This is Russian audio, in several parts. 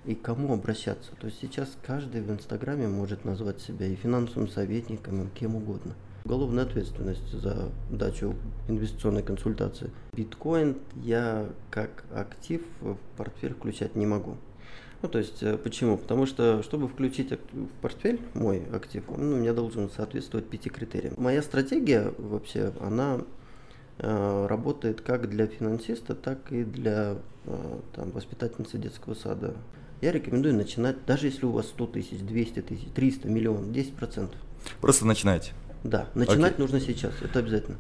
и к кому обращаться. То есть сейчас каждый в Инстаграме может назвать себя и финансовым советником, и кем угодно. Уголовная ответственность за дачу инвестиционной консультации. Биткоин я как актив в портфель включать не могу. Ну, то есть, почему? Потому что, чтобы включить в портфель мой актив, он у меня должен соответствовать 5 критериям. Моя стратегия вообще, она работает как для финансиста, так и для воспитательницы детского сада. Я рекомендую начинать, даже если у вас 100 тысяч, 200 тысяч, 300 миллионов, 10%. Просто начинайте. Да, начинать нужно сейчас, это обязательно.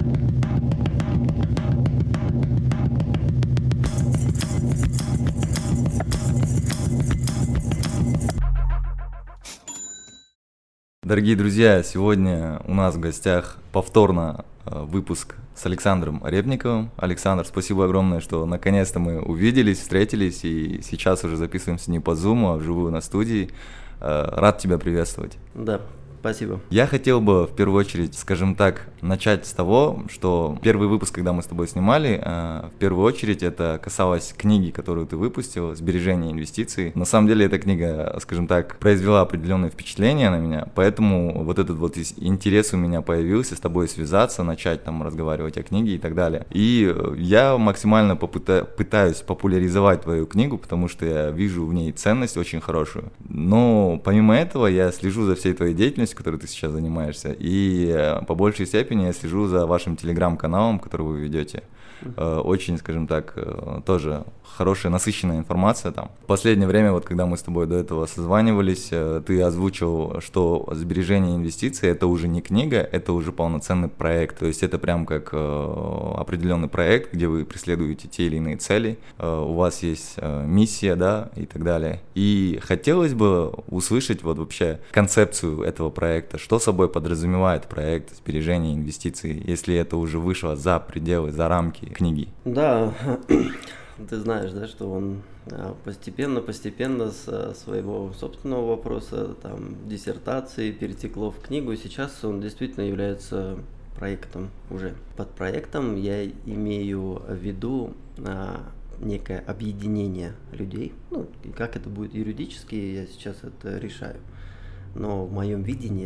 Дорогие друзья, сегодня у нас в гостях повторно выпуск с Александром Репниковым. Александр, спасибо огромное, что наконец-то мы увиделись, встретились и сейчас уже записываемся не по Zoom, а вживую на студии. Рад тебя приветствовать. Да. Спасибо. Я хотел бы в первую очередь, скажем так, начать с того, что первый выпуск, когда мы с тобой снимали, в первую очередь это касалось книги, которую ты выпустил, «Сбережения и инвестиции». На самом деле эта книга, скажем так, произвела определенное впечатление на меня, поэтому вот этот вот интерес у меня появился с тобой связаться, начать там разговаривать о книге и так далее. И я максимально пытаюсь популяризовать твою книгу, потому что я вижу в ней ценность очень хорошую. Но помимо этого я слежу за всей твоей деятельностью, которой ты сейчас занимаешься, и по большей степени я слежу за вашим телеграм-каналом, который вы ведете. Очень, скажем так, тоже хорошая, насыщенная информация там. В последнее время, вот когда мы с тобой до этого созванивались, ты озвучил, что сбережение и инвестиции — это уже не книга, это уже полноценный проект. То есть это прям как определенный проект, где вы преследуете те или иные цели, у вас есть миссия, да, и так далее. И хотелось бы услышать вот вообще концепцию этого проекта, что собой подразумевает проект сбережения и инвестиций, если это уже вышло за пределы, за рамки книги. Да, ты знаешь, да, что он постепенно с своего собственного вопроса, там, диссертации перетекло в книгу, и сейчас он действительно является проектом уже. Под проектом я имею в виду некое объединение людей. Ну, и как это будет юридически, я сейчас это решаю. Но в моем видении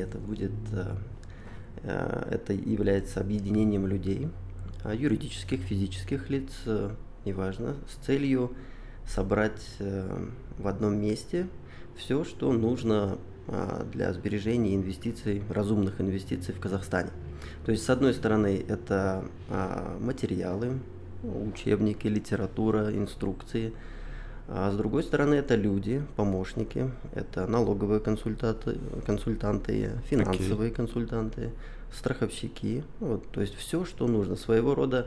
это является объединением людей, юридических, физических лиц, неважно, с целью собрать в одном месте все, что нужно для сбережения инвестиций, разумных инвестиций в Казахстане. То есть, с одной стороны, это материалы, учебники, литература, инструкции. А с другой стороны, это люди, помощники, это налоговые консультанты, финансовые консультанты, страховщики. Вот, то есть все, что нужно. Своего рода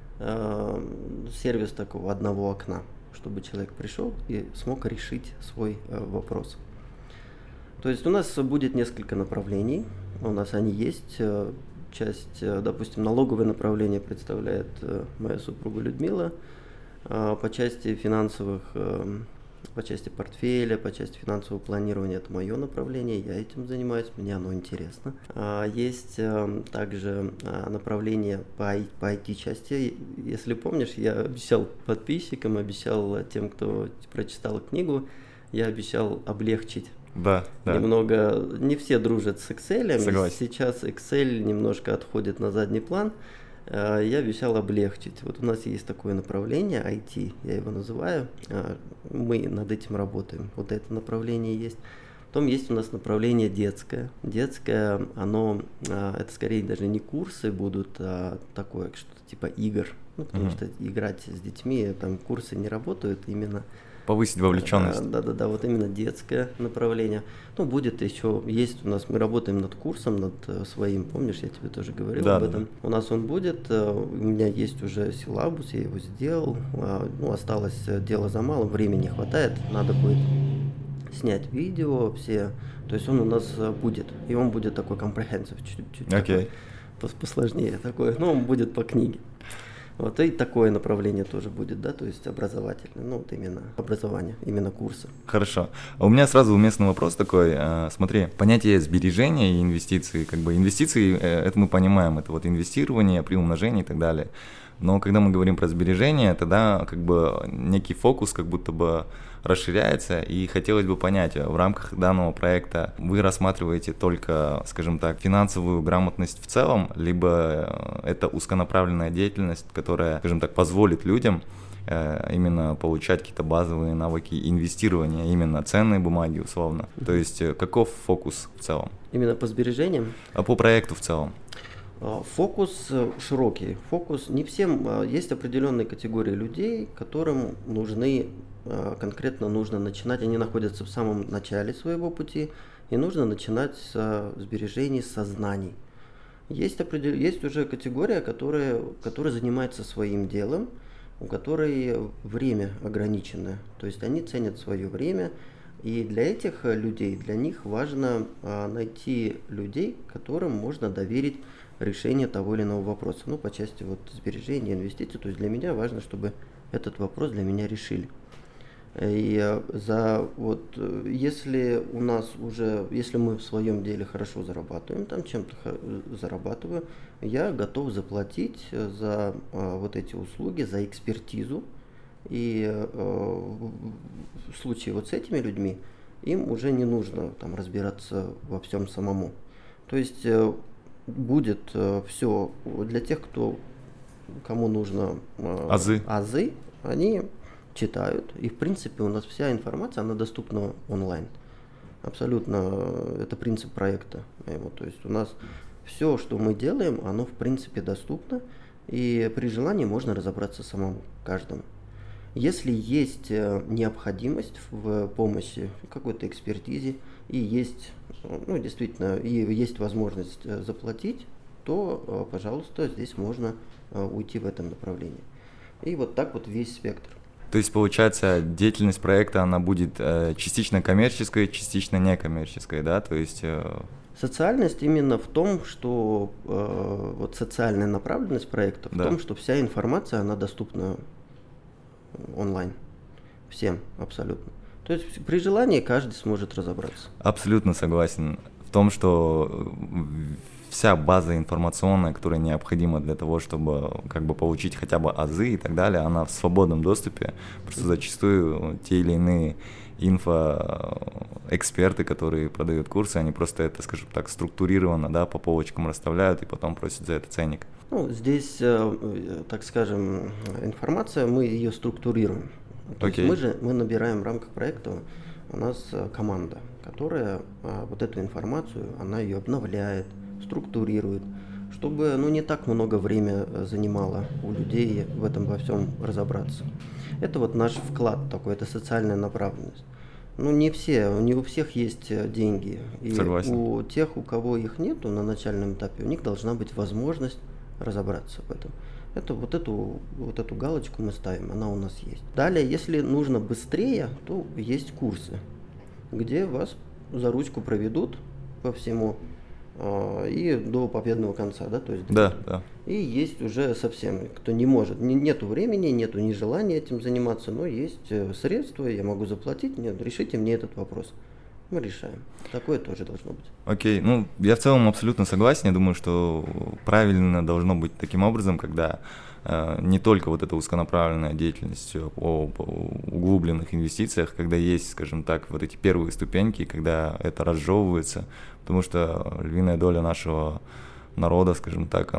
сервис такого одного окна, чтобы человек пришел и смог решить свой вопрос. То есть у нас будет несколько направлений, у нас они есть. Часть, допустим, налоговое направление представляет моя супруга Людмила, по части финансовых, по части портфеля, по части финансового планирования это мое направление, я этим занимаюсь, мне оно интересно. Есть также направление по IT-части. Если помнишь, я обещал подписчикам, обещал тем, кто прочитал книгу, я обещал облегчить. Да. Немного, не все дружат с Excel, Согласен. Сейчас Excel немножко отходит на задний план. Я обещал облегчить. Вот у нас есть такое направление, IT, я его называю. Мы над этим работаем. Вот это направление есть. Потом есть у нас направление детское. Детское, это скорее даже не курсы будут, а такое что-то типа игр. Ну, потому что играть с детьми, там курсы не работают, именно повысить вовлеченность. Да, вот именно детское направление. Ну, будет еще, есть у нас, мы работаем над курсом, над своим, помнишь, я тебе тоже говорил об этом. У нас он будет, у меня есть уже силабус, я его сделал, осталось дело за малым, времени не хватает, надо будет снять видео все, то есть он у нас будет, и он будет такой comprehensive, чуть-чуть такой, посложнее такой, но он будет по книге. Вот и такое направление тоже будет, да, то есть образовательное, вот именно образование, именно курсы. Хорошо. А у меня сразу уместный вопрос такой. Смотри, понятие сбережения и инвестиций, инвестиции, это мы понимаем, это вот инвестирование, приумножение и так далее. Но когда мы говорим про сбережения, тогда как бы некий фокус как будто бы расширяется, и хотелось бы понять, в рамках данного проекта вы рассматриваете только, скажем так, финансовую грамотность в целом, либо это узконаправленная деятельность, которая, скажем так, позволит людям именно получать какие-то базовые навыки инвестирования, именно ценные бумаги условно. То есть каков фокус в целом? Именно по сбережениям? По проекту в целом. Фокус широкий. Фокус не всем. Есть определенные категории людей, которым конкретно нужно начинать. Они находятся в самом начале своего пути, и нужно начинать с сбережений, со знаний. Есть уже категория, которая занимается своим делом, у которой время ограниченное. То есть они ценят свое время. И для этих людей, для них важно найти людей, которым можно доверить решение того или иного вопроса. По части сбережения, инвестиций. То есть для меня важно, чтобы этот вопрос для меня решили. И если мы в своем деле хорошо зарабатываем, чем-то зарабатываю, я готов заплатить за эти услуги, за экспертизу. И в случае с этими людьми им уже не нужно разбираться во всем самому. То есть будет все для тех, кому нужно азы, они читают. И в принципе у нас вся информация, она доступна онлайн. Абсолютно, это принцип проекта. То есть у нас все, что мы делаем, оно в принципе доступно. И при желании можно разобраться самому, каждому. Если есть необходимость в помощи, в какой-то экспертизе, и есть, действительно, и есть возможность заплатить, то, пожалуйста, здесь можно уйти в этом направлении. И так весь спектр. То есть, получается, деятельность проекта, она будет частично коммерческой, частично некоммерческой, да? То есть... Социальность именно в том, что социальная направленность проекта в том, что вся информация, она доступна онлайн. Всем абсолютно. То есть при желании каждый сможет разобраться. Абсолютно согласен в том, что вся база информационная, которая необходима для того, чтобы получить хотя бы азы и так далее, она в свободном доступе. Просто зачастую те или иные инфоэксперты, которые продают курсы, они просто это, скажем так, структурированно, по полочкам расставляют и потом просят за это ценник. Здесь, так скажем, информация, мы ее структурируем. То есть мы набираем в рамках проекта, у нас команда, которая эту информацию, она ее обновляет, структурирует, чтобы не так много времени занимало у людей в этом во всем разобраться. Это наш вклад такой, это социальная направленность. Не у всех есть деньги. И Согласен. У тех, у кого их нету на начальном этапе, у них должна быть возможность разобраться в этом. Эту галочку мы ставим, она у нас есть. Далее, если нужно быстрее, то есть курсы, где вас за ручку проведут по всему и до победного конца, то есть. Да. И есть уже совсем, кто не может, нету времени, нету ни желания этим заниматься, но есть средства, я могу заплатить, решите мне этот вопрос. Мы решаем. Такое тоже должно быть. Окей, я в целом абсолютно согласен. Я думаю, что правильно должно быть таким образом, когда не только эта узконаправленная деятельность о углубленных инвестициях, когда есть, скажем так, эти первые ступеньки, когда это разжевывается, потому что львиная доля нашего народа, скажем так,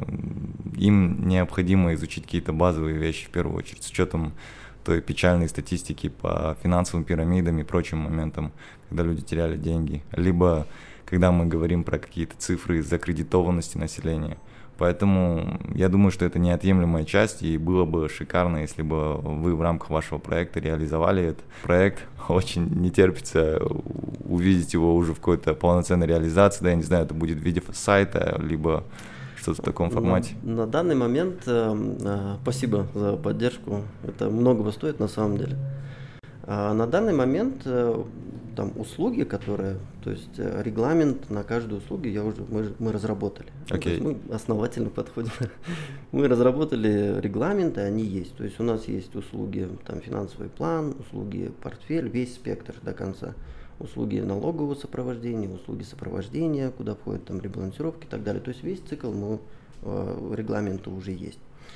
им необходимо изучить какие-то базовые вещи в первую очередь, с учетом той печальной статистики по финансовым пирамидам и прочим моментам, когда люди теряли деньги, либо когда мы говорим про какие-то цифры закредитованности населения. Поэтому я думаю, что это неотъемлемая часть, и было бы шикарно, если бы вы в рамках вашего проекта реализовали этот проект. Очень не терпится увидеть его уже в какой-то полноценной реализации, я не знаю, это будет в виде сайта, либо что-то в таком формате. На данный момент, спасибо за поддержку, это многого стоит на самом деле. На данный момент услуги, которые, то есть регламент на каждую услугу мы разработали. Okay. Мы основательно подходим. Мы разработали регламенты, они есть. То есть у нас есть услуги, финансовый план, услуги портфель, весь спектр до конца. Услуги налогового сопровождения, услуги сопровождения, куда входят ребалансировки и так далее. То есть весь цикл регламента уже есть.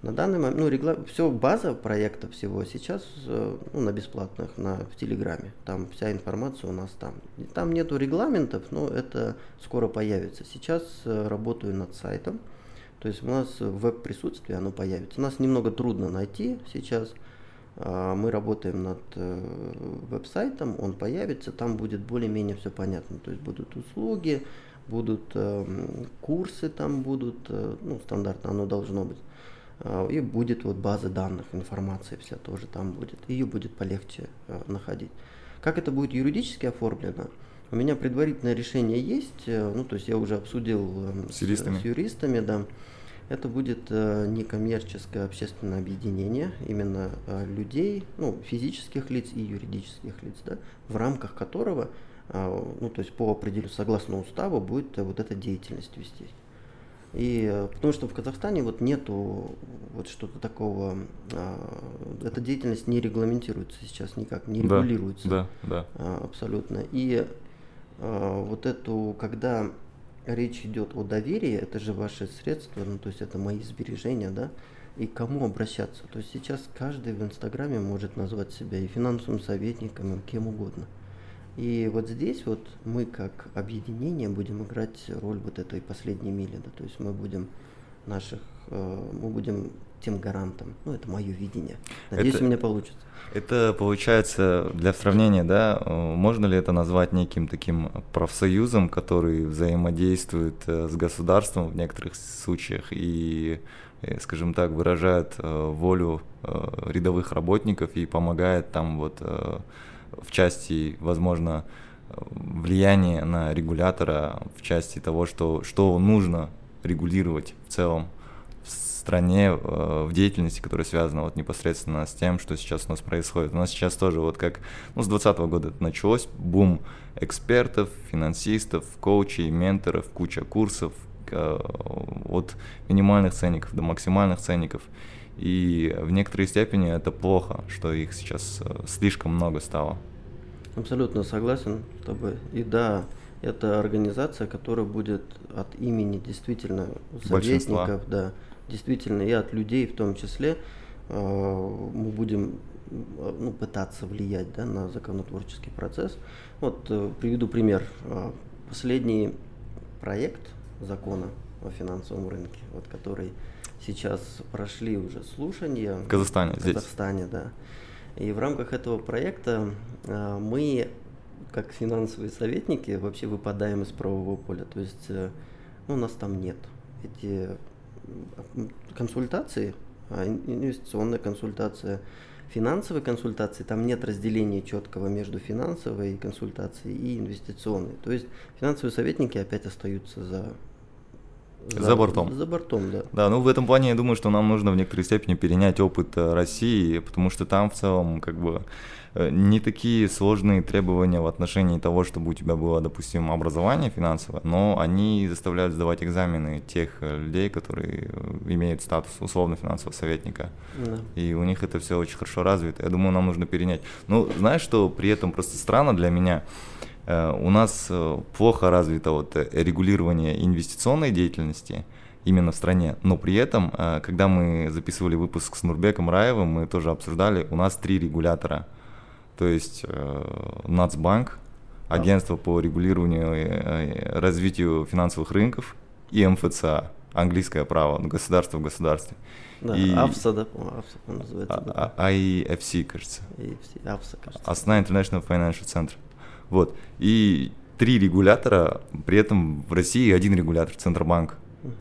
На данный момент, все, база проекта всего сейчас на бесплатных, в Телеграме. Там вся информация у нас там. Там нету регламентов, но это скоро появится. Сейчас работаю над сайтом. То есть у нас веб-присутствие, оно появится. У нас немного трудно найти сейчас. Мы работаем над веб-сайтом, он появится, там будет более-менее все понятно. То есть будут услуги, будут курсы, там будут, стандартно оно должно быть. И будет база данных, информация вся тоже там будет. Ее будет полегче находить. Как это будет юридически оформлено? У меня предварительное решение есть, то есть я уже обсудил с юристами, да. Это будет некоммерческое общественное объединение именно людей, физических лиц и юридических лиц, да, в рамках которого, то есть по определению, согласно уставу, будет эта деятельность вести. И потому что в Казахстане нету что-то такого, эта деятельность не регламентируется сейчас никак, не регулируется. Да. Абсолютно. И когда речь идет о доверии, это же ваши средства, то есть это мои сбережения, да, и к кому обращаться. То есть сейчас каждый в Инстаграме может назвать себя и финансовым советником, и кем угодно. И здесь мы как объединение будем играть роль этой последней мили, да, то есть мы будем тем гарантом. Это мое видение. Надеюсь, у меня получится. Это получается, для сравнения, да, можно ли это назвать неким таким профсоюзом, который взаимодействует с государством в некоторых случаях и, скажем так, выражает волю рядовых работников и помогает там в части, возможно, влияния на регулятора, в части того, что нужно регулировать в целом в стране, в деятельности, которая связана непосредственно с тем, что сейчас у нас происходит. У нас сейчас тоже с 2020 года это началось, бум экспертов, финансистов, коучей, менторов, куча курсов, от минимальных ценников до максимальных ценников. И в некоторой степени это плохо, что их сейчас слишком много стало. Абсолютно согласен с тобой. И да, это организация, которая будет от имени действительно советников, да, действительно и от людей в том числе. Мы будем пытаться влиять, да, на законотворческий процесс. Приведу пример. Последний проект закона о финансовом рынке, который сейчас прошли уже слушания в Казахстане, да. И в рамках этого проекта мы, как финансовые советники, вообще выпадаем из правового поля. То есть у нас там нет. Эти консультации, инвестиционная консультация, финансовые консультации, там нет разделения четкого между финансовой консультацией и инвестиционной. То есть финансовые советники опять остаются за бортом. За бортом, да. Да, в этом плане я думаю, что нам нужно в некоторой степени перенять опыт России, потому что там в целом не такие сложные требования в отношении того, чтобы у тебя было, допустим, образование финансовое, но они заставляют сдавать экзамены тех людей, которые имеют статус условно финансового советника. Да. И у них это все очень хорошо развито. Я думаю, нам нужно перенять. Знаешь, что при этом просто странно для меня? У нас плохо развито регулирование инвестиционной деятельности именно в стране, но при этом, когда мы записывали выпуск с Нурбеком Раевым, мы тоже обсуждали, у нас 3 регулятора, то есть Нацбанк, агентство по регулированию и развитию финансовых рынков, и МФЦА, английское право, государство в государстве. Да, и АФСА, да, по-моему, АФСА называется. IFC, кажется. IFC, АФСА, кажется. Астана International Financial Center. И 3 регулятора, при этом в России 1 регулятор, Центробанк.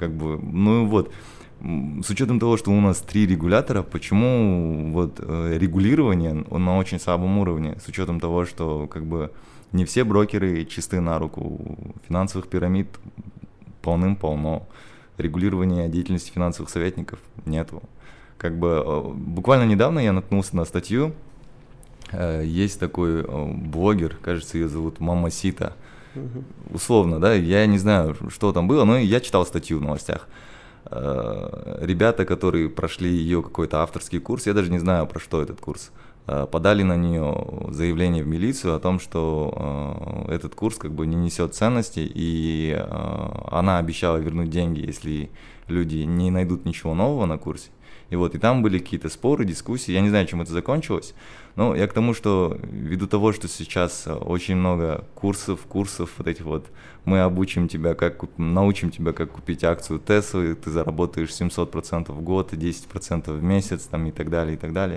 С учетом того, что у нас 3 регулятора, почему регулирование на очень слабом уровне, с учетом того, что не все брокеры чисты на руку, финансовых пирамид полным-полно, регулирования деятельности финансовых советников нету. Буквально недавно я наткнулся на статью. Есть такой блогер, кажется, ее зовут Мамасита. Условно, да, я не знаю, что там было, но я читал статью в новостях. Ребята, которые прошли ее какой-то авторский курс, я даже не знаю, про что этот курс, подали на нее заявление в милицию о том, что этот курс не несет ценности, и она обещала вернуть деньги, если люди не найдут ничего нового на курсе. И И там были какие-то споры, дискуссии, я не знаю, чем это закончилось, но я к тому, что ввиду того, что сейчас очень много курсов вот этих вот, мы обучим тебя, научим тебя, как купить акцию Теслы, ты заработаешь 700% в год и 10% в месяц, там, и так далее, и так далее.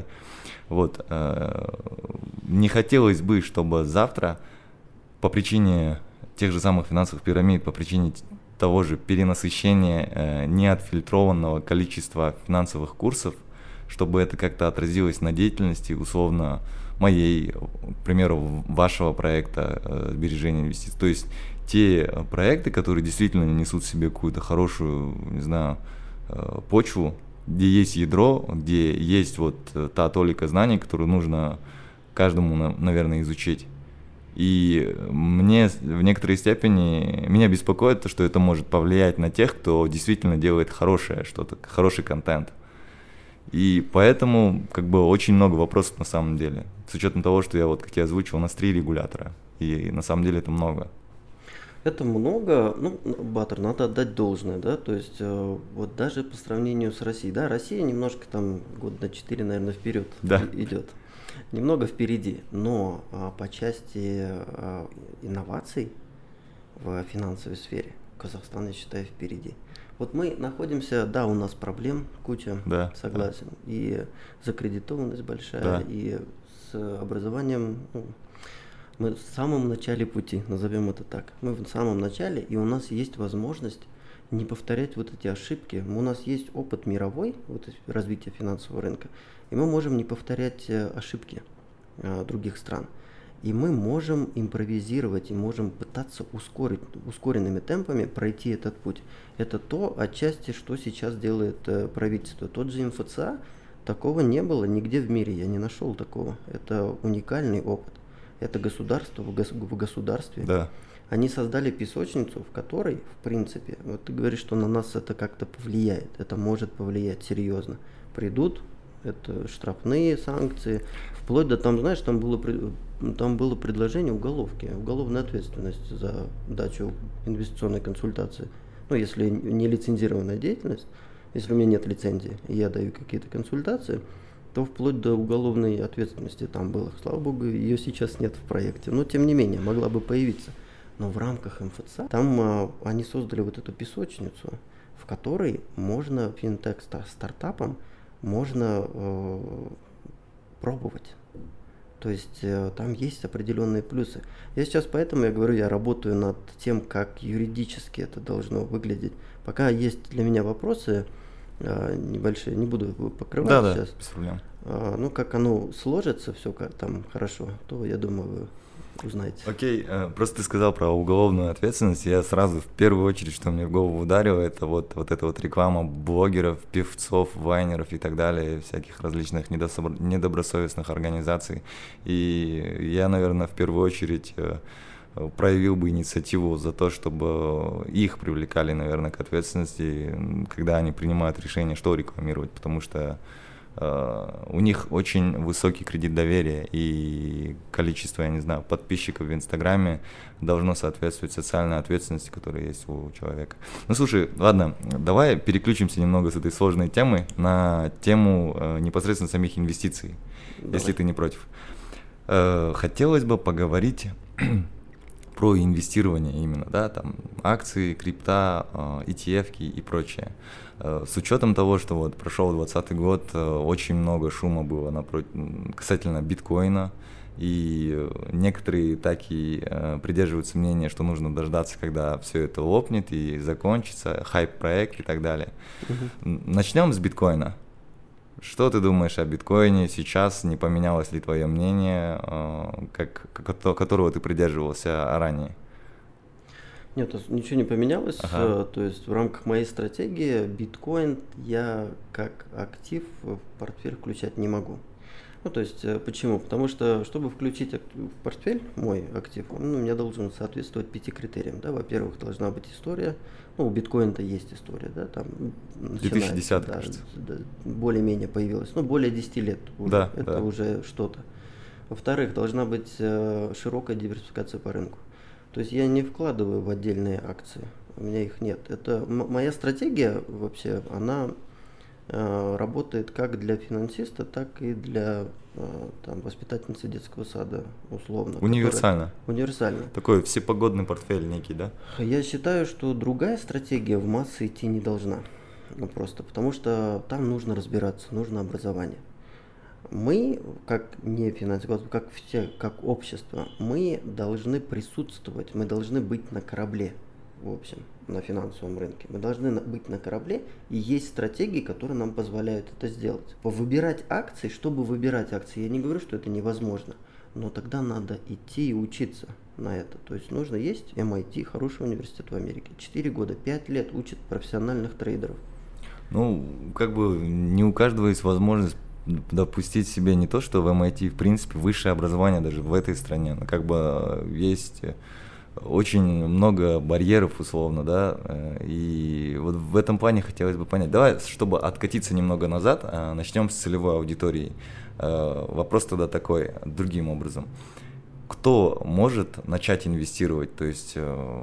Не хотелось бы, чтобы завтра по причине тех же самых финансовых пирамид, по причине того же перенасыщения неотфильтрованного количества финансовых курсов, чтобы это как-то отразилось на деятельности, условно, моей, к примеру, вашего проекта сбережения инвестиций. То есть те проекты, которые действительно несут в себе какую-то хорошую, не знаю, почву, где есть ядро, где есть вот та толика знаний, которую нужно каждому, наверное, изучить. И мне в некоторой степени, меня беспокоит то, что это может повлиять на тех, кто действительно делает хорошее что-то, хороший контент. И поэтому очень много вопросов на самом деле. С учетом того, что я как я озвучил, у нас 3 регулятора. И на самом деле это много. Это много, Батор, надо отдать должное, да, то есть вот даже по сравнению с Россией, да, Россия немножко там год на 4, наверное, вперед идет, немного впереди, но по части инноваций в финансовой сфере Казахстан, я считаю, впереди. Вот мы находимся, да, у нас проблем куча, согласен, и закредитованность большая, и с образованием, мы в самом начале пути, назовем это так. Мы в самом начале, и у нас есть возможность не повторять вот эти ошибки. У нас есть опыт мировой развития финансового рынка, и мы можем не повторять ошибки других стран. И мы можем импровизировать, и можем пытаться ускоренными темпами пройти этот путь. Это то, отчасти, что сейчас делает правительство. Тот же МФЦА, такого не было нигде в мире, я не нашел такого. Это уникальный опыт. Это государство в государстве. Да. Они создали песочницу, в которой, в принципе, вот ты говоришь, что на нас это как-то повлияет. Это может повлиять серьезно. Придут, это штрафные санкции, вплоть до там, знаешь, там было предложение уголовки, уголовная ответственность за дачу инвестиционной консультации. Если не лицензированная деятельность, если у меня нет лицензии, и я даю какие-то консультации, то вплоть до уголовной ответственности там было. Слава богу, ее сейчас нет в проекте, но тем не менее могла бы появиться. Но в рамках МФЦ там они создали вот эту песочницу, в которой можно финтех-стартапам можно пробовать. То есть там есть определенные плюсы. Я сейчас поэтому, я говорю, я работаю над тем, как юридически это должно выглядеть. Пока есть для меня вопросы небольшие, не буду покрывать сейчас. Без проблем. Как оно сложится, все как там хорошо, то я думаю, вы узнаете. Окей, просто ты сказал про уголовную ответственность, я сразу в первую очередь, что мне в голову ударило, это вот эта реклама блогеров, певцов, вайнеров и так далее, всяких различных недобросовестных организаций. И я, наверное, в первую очередь проявил бы инициативу за то, чтобы их привлекали, наверное, к ответственности, когда они принимают решение, что рекламировать, потому что у них очень высокий кредит доверия, и количество, я не знаю, подписчиков в Инстаграме должно соответствовать социальной ответственности, которая есть у человека. Слушай, ладно, давай переключимся немного с этой сложной темы на тему непосредственно самих инвестиций, если ты не против. Хотелось бы поговорить про инвестирование именно, да, там акции, крипта, ETF-ки и прочее. С учетом того, что вот прошел 2020 год, очень много шума было касательно биткоина, и некоторые так и придерживаются мнения, что нужно дождаться, когда все это лопнет и закончится, хайп-проект и так далее. Начнем с биткоина. Что ты думаешь о биткоине сейчас? Не поменялось ли твое мнение, которого ты придерживался ранее? Нет, ничего не поменялось. То есть в рамках моей стратегии биткоин я как актив в портфель включать не могу. То есть почему? Потому что, чтобы включить в портфель мой актив, он у меня должен соответствовать 5 критериям. Да? Во-первых, должна быть история. У биткоина-то есть история, да, там 2010, кажется. Более-менее появилась, более 10 лет уже, это уже что-то. Во-вторых, должна быть широкая диверсификация по рынку. То есть я не вкладываю в отдельные акции, у меня их нет. Это моя стратегия вообще, она работает как для финансиста, так и для воспитательницы детского сада, условно. Универсально. Универсально. Такой всепогодный портфель некий, да? Я считаю, что другая стратегия в массы идти не должна. Просто потому что там нужно разбираться, нужно образование. Мы, как не финансовый, как все, как общество, мы должны присутствовать, мы должны быть на корабле, в общем, на финансовом рынке. Мы должны быть на корабле, и есть стратегии, которые нам позволяют это сделать. Выбирать акции, чтобы выбирать акции, я не говорю, что это невозможно, но тогда надо идти и учиться на это. То есть нужно есть MIT, хороший университет в Америке. 4 года, 5 лет учат профессиональных трейдеров. Ну, как бы не у каждого есть возможность допустить себе не то, что в MIT, в принципе, высшее образование даже в этой стране, но как бы есть очень много барьеров, условно, да, и вот в этом плане хотелось бы понять. Давай, чтобы откатиться немного назад, начнем с целевой аудитории. Вопрос тогда такой, другим образом. Кто может начать инвестировать, то есть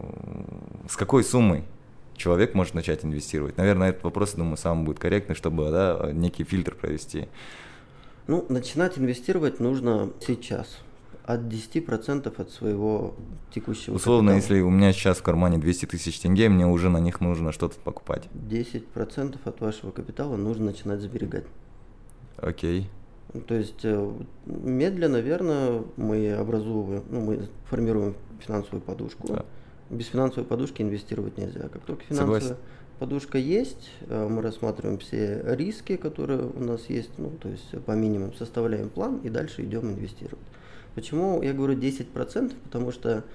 с какой суммой человек может начать инвестировать? Наверное, этот вопрос, думаю, самый будет корректный, чтобы некий фильтр провести. Ну, начинать инвестировать нужно сейчас. От 10% от своего текущего условно, капитала. Если у меня сейчас в кармане 200 тысяч тенге, мне уже на них нужно что-то покупать. 10% от вашего капитала нужно начинать сберегать. Окей. То есть медленно, верно, мы мы формируем финансовую подушку. Да. Без финансовой подушки инвестировать нельзя. Как только финансовая подушка есть, мы рассматриваем все риски, которые у нас есть, то есть по минимуму составляем план и дальше идем инвестировать. Почему я говорю 10%? Потому что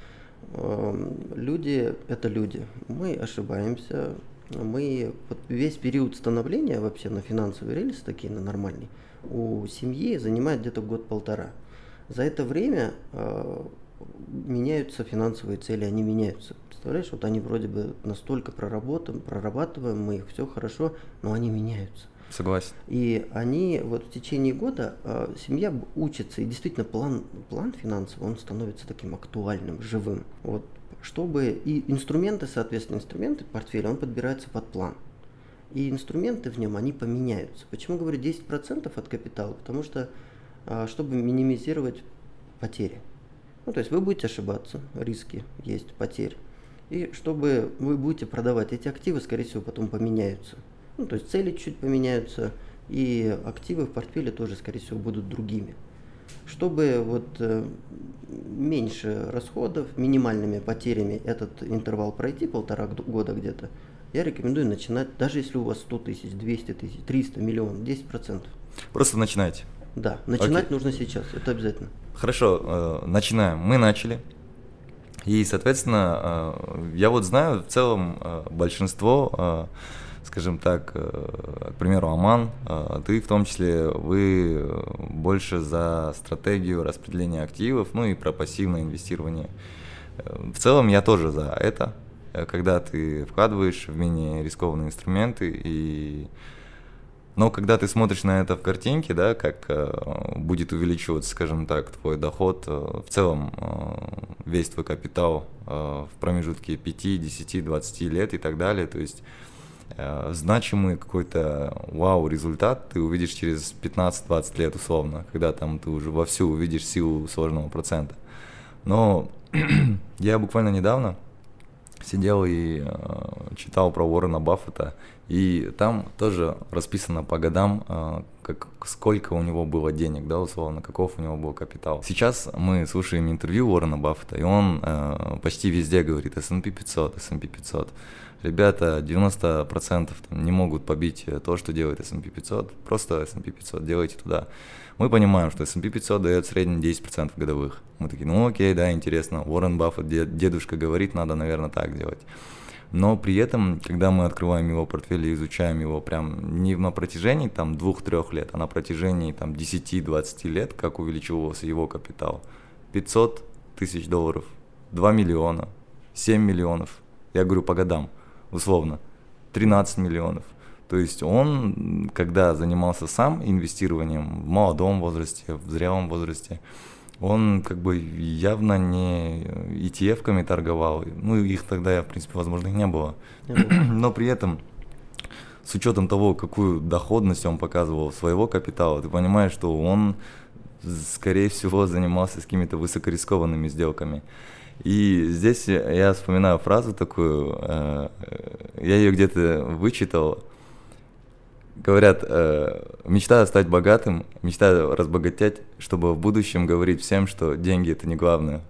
люди – это люди. Мы ошибаемся. Весь период становления вообще на финансовый рельс, такие на нормальный, у семьи занимает где-то год-полтора. За это время меняются финансовые цели, они меняются. Представляешь, вот они вроде бы настолько прорабатываем, мы их все хорошо, но они меняются. Согласен. И они в течение года семья учится, и действительно план финансовый, он становится таким актуальным, живым. И инструменты, соответственно, портфеля, он подбирается под план. И инструменты в нем, они поменяются. Почему говорю 10% от капитала? Потому что, чтобы минимизировать потери. То есть вы будете ошибаться, риски есть, потери. И чтобы вы будете продавать эти активы, скорее всего, потом поменяются. То есть цели чуть поменяются, и активы в портфеле тоже, скорее всего, будут другими. Чтобы меньше расходов, минимальными потерями этот интервал пройти, 1,5 года где-то, я рекомендую начинать, даже если у вас 100 тысяч, 200 тысяч, 300, миллион, 10%. Просто начинайте. Да, начинать нужно сейчас, это обязательно. Хорошо, начинаем. Мы начали. И, соответственно, я знаю в целом большинство, скажем так, к примеру, Оман, ты в том числе, вы больше за стратегию распределения активов, и про пассивное инвестирование. В целом я тоже за это, когда ты вкладываешь в менее рискованные инструменты, но когда ты смотришь на это в картинке, да, как будет увеличиваться, скажем так, твой доход, в целом весь твой капитал в промежутке 5, 10, 20 лет и так далее, то есть значимый какой-то результат ты увидишь через 15-20 лет условно, когда там ты уже вовсю увидишь силу сложного процента. Но я буквально недавно сидел и читал про Уоррена Баффета, и там тоже расписано по годам, сколько у него было денег, да, условно, каков у него был капитал. Сейчас мы слушаем интервью Уоррена Баффета, и он почти везде говорит S&P 500, S&P 500. Ребята, 90% не могут побить то, что делает S&P 500, просто S&P 500, делайте туда. Мы понимаем, что S&P 500 дает в среднем 10% годовых. Мы такие, окей, да, интересно, Уоррен Баффет, дедушка говорит, надо, наверное, так делать. Но при этом, когда мы открываем его портфель и изучаем его прям не на протяжении 2-3 лет, а на протяжении 10-20 лет, как увеличивался его капитал, 500 тысяч долларов, 2 миллиона, 7 миллионов, я говорю по годам, условно, 13 миллионов. То есть он, когда занимался сам инвестированием в молодом возрасте, в зрелом возрасте, он явно не ETF-ками торговал. Их тогда, в принципе, возможно, их не было. Но при этом с учетом того, какую доходность он показывал своего капитала, ты понимаешь, что он, скорее всего, занимался с какими-то высокорискованными сделками. И здесь я вспоминаю фразу такую, я ее где-то вычитал. Говорят, мечтаю стать богатым, мечтаю разбогатеть, чтобы в будущем говорить всем, что деньги — это не главное.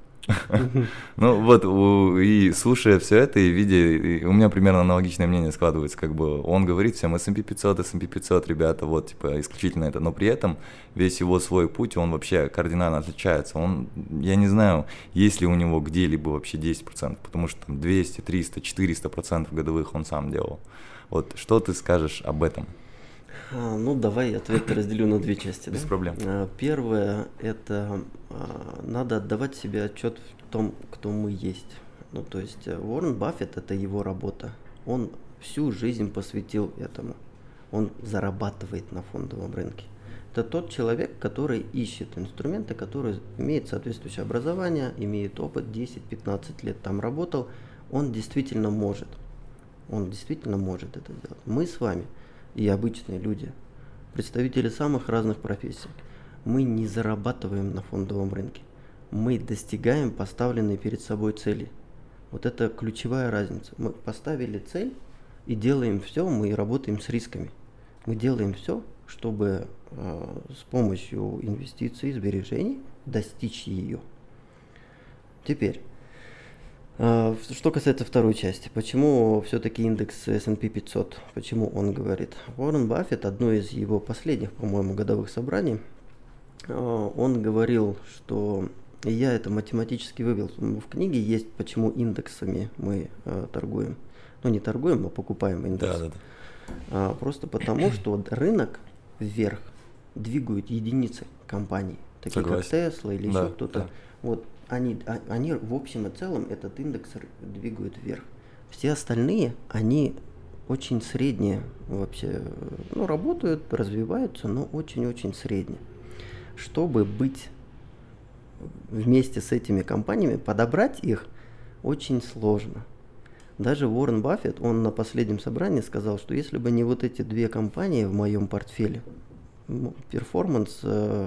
Ну вот, и слушая все это, и видя, у меня примерно аналогичное мнение складывается, как бы он говорит всем S&P 500, ребята, вот, типа, исключительно это, но при этом весь его свой путь, он вообще кардинально отличается. Я не знаю, есть ли у него где-либо вообще 10%, потому что там 200, 300, 400% годовых он сам делал. Вот, что ты скажешь об этом? Ну, давай ответ разделю на две части. Без проблем. Первое – это надо отдавать себе отчет в том, кто мы есть. Ну, то есть Уоррен Баффет – это его работа. Он всю жизнь посвятил этому. Он зарабатывает на фондовом рынке. Это тот человек, который ищет инструменты, который имеет соответствующее образование, имеет опыт, 10-15 лет там работал. Он действительно может. Он действительно может это сделать. Мы с вами и обычные люди, представители самых разных профессий, мы не зарабатываем на фондовом рынке. Мы достигаем поставленные перед собой цели. Вот это ключевая разница. Мы поставили цель и делаем все, мы работаем с рисками. Мы делаем все, чтобы с помощью инвестиций, сбережений достичь ее. Теперь, что касается второй части, почему все-таки индекс S&P 500, почему он говорит? Уоррен Баффет, одно из его последних, по-моему, годовых собраний, он говорил, что я это математически вывел. В книге есть, почему индексами мы торгуем. Ну, не торгуем, а покупаем индекс. Да. Просто потому, что рынок вверх двигают единицы компаний, такие как Tesla или еще кто-то. Да. Вот. Они в общем и целом этот индекс двигают вверх. Все остальные, они очень средние вообще, ну, работают, развиваются, но очень-очень средние. Чтобы быть вместе с этими компаниями, подобрать их очень сложно. Даже Уоррен Баффет, он на последнем собрании сказал, что если бы не вот эти две компании в моем портфеле, перформанс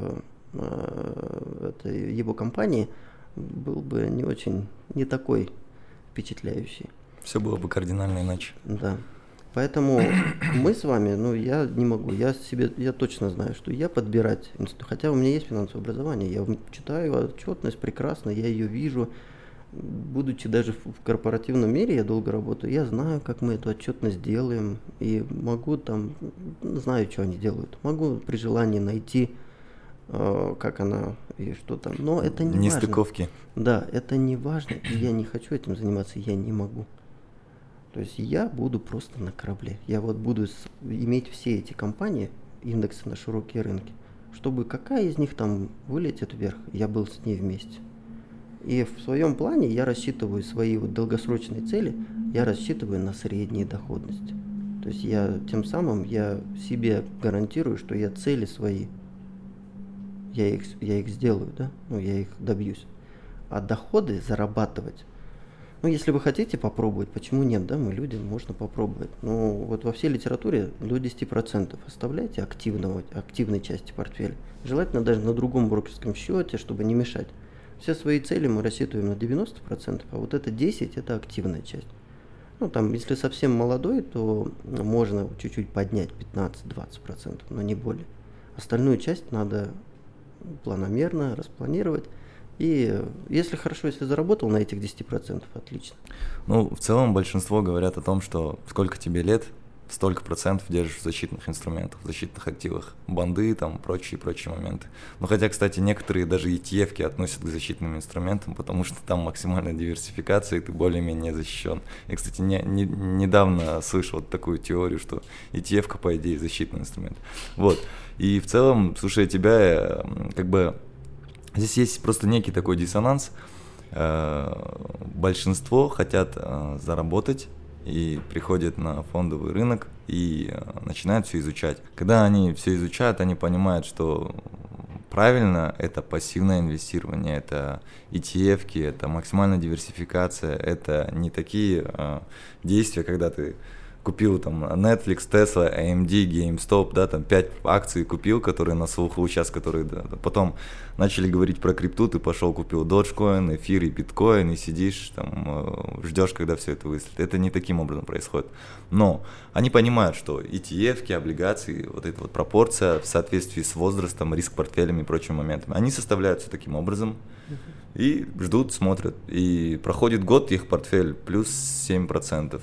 его компании был бы не такой впечатляющий. Все было бы кардинально иначе. Да. Поэтому мы с вами, я не могу, я точно знаю, что я подбирать, хотя у меня есть финансовое образование, я читаю отчетность прекрасно, я ее вижу, будучи даже в корпоративном мире, я долго работаю, я знаю, как мы эту отчетность делаем, и могу знаю, что они делают, могу при желании найти, как она и что там, но это не важно. Нестыковки. Да, это не важно, и я не хочу этим заниматься, я не могу. То есть я буду просто на корабле, я вот буду иметь все эти компании, индексы на широкие рынки, чтобы какая из них там вылетит вверх, я был с ней вместе. И в своем плане я рассчитываю свои долгосрочные цели, я рассчитываю на средние доходности. То есть тем самым я себе гарантирую, что я цели свои, я их сделаю, да, я их добьюсь. А доходы зарабатывать, если вы хотите попробовать, почему нет, да, мы люди, можно попробовать. Но вот во всей литературе до 10% оставляйте активной части портфеля. Желательно даже на другом брокерском счете, чтобы не мешать. Все свои цели мы рассчитываем на 90%, а вот это 10% это активная часть. Если совсем молодой, то можно чуть-чуть поднять 15-20%, но не более. Остальную часть надо планомерно распланировать. И если заработал на этих 10%, отлично. В целом большинство говорят о том, что сколько тебе лет, столько процентов держишь в защитных инструментах, в защитных активах, банды, прочие моменты. Хотя, кстати, некоторые даже ETF-ки относят к защитным инструментам, потому что там максимальная диверсификация, и ты более-менее защищен. Я, кстати, недавно слышал такую теорию, что ETF-ка, по идее, защитный инструмент. Вот. И в целом, слушая тебя, здесь есть просто некий такой диссонанс. Большинство хотят заработать и приходят на фондовый рынок и начинают все изучать. Когда они все изучают, они понимают, что правильно это пассивное инвестирование, это ETF-ки, это максимальная диверсификация, это не такие действия, когда ты купил там Netflix, Tesla, AMD, GameStop, да, там 5 акций купил, которые на слуху сейчас, которые, да, потом начали говорить про крипту, ты пошел купил Dogecoin, эфир и биткоин, и сидишь там, ждешь, когда все это выстрелит. Это не таким образом происходит. Но они понимают, что ETF, облигации, вот эта вот пропорция в соответствии с возрастом, риск-портфелями и прочими моментами, они составляются таким образом и ждут, смотрят. И проходит год, их портфель плюс 7%.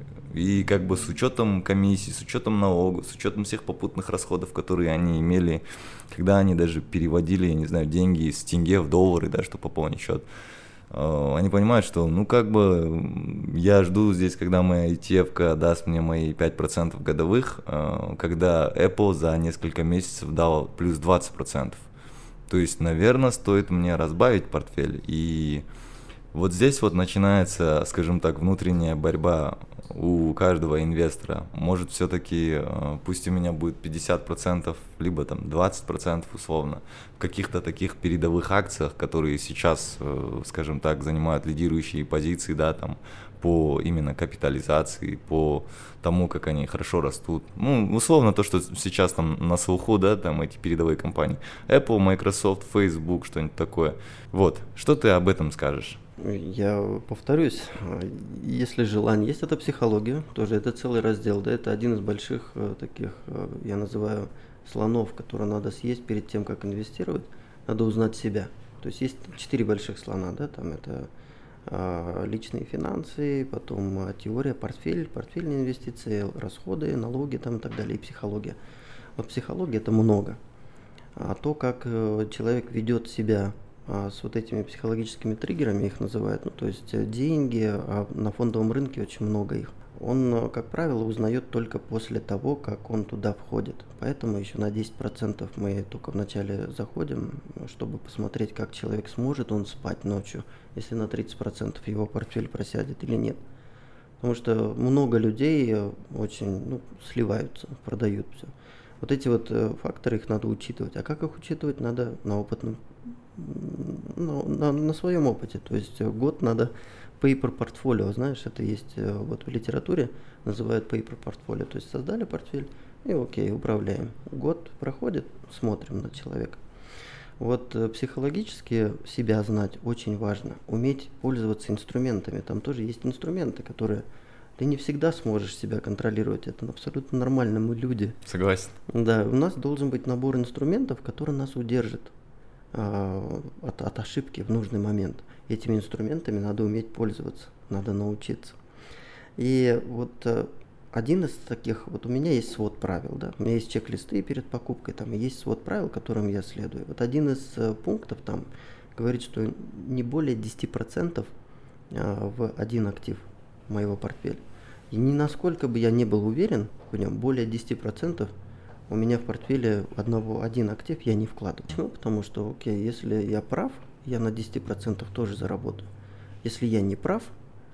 И как бы с учетом комиссий, с учетом налогов, с учетом всех попутных расходов, которые они имели, когда они даже переводили, я не знаю, деньги из тенге в доллары, да, чтобы пополнить счет, они понимают, что, ну, как бы, я жду здесь, когда моя ETF даст мне мои 5% годовых, когда Apple за несколько месяцев дал плюс 20%. То есть, наверное, стоит мне разбавить портфель. И вот здесь вот начинается, скажем так, внутренняя борьба у каждого инвестора. Может, все-таки, пусть у меня будет 50%, либо там 20% условно, в каких-то таких передовых акциях, которые сейчас, скажем так, занимают лидирующие позиции, да, там, по именно капитализации, по тому, как они хорошо растут. Ну, условно, то, что сейчас там на слуху, да, там эти передовые компании. Apple, Microsoft, Facebook, что-нибудь такое. Вот, что ты об этом скажешь? Я повторюсь, если желание есть, это психология, тоже это целый раздел, да, это один из больших таких, я называю, слонов, которые надо съесть перед тем, как инвестировать, надо узнать себя. То есть есть 4 больших слона, да, там это личные финансы, потом теория, портфельные инвестиции, расходы, налоги там и так далее, и психология. Вот психология это много, а то, как человек ведет себя с вот этими психологическими триггерами, их называют, ну, то есть деньги, а на фондовом рынке очень много их. Он, как правило, узнает только после того, как он туда входит. Поэтому еще на 10% мы только вначале заходим, чтобы посмотреть, как человек сможет он спать ночью, если на 30% его портфель просядет или нет. Потому что много людей очень сливаются, продают все. Вот эти вот факторы, их надо учитывать. А как их учитывать? Надо на опытном, на своем опыте. То есть год надо paper portfolio, знаешь, это есть вот в литературе, называют paper portfolio. То есть создали портфель и окей, управляем. Год проходит, смотрим на человека. Вот психологически себя знать очень важно. Уметь пользоваться инструментами. Там тоже есть инструменты, которые ты не всегда сможешь себя контролировать. Это абсолютно нормально, мы люди. Согласен. Да, у нас должен быть набор инструментов, который нас удержит от ошибки в нужный момент. Этими инструментами надо уметь пользоваться, надо научиться. И вот один из таких, вот у меня есть свод правил, да, у меня есть чек-листы перед покупкой, там есть свод правил, которым я следую. Вот один из пунктов там говорит, что не более 10% в один актив моего портфеля. И ни насколько бы я не был уверен в нем, более 10% у меня в портфеле один актив я не вкладываю. Почему? Потому что, окей, если я прав, я на 10% тоже заработаю. Если я не прав,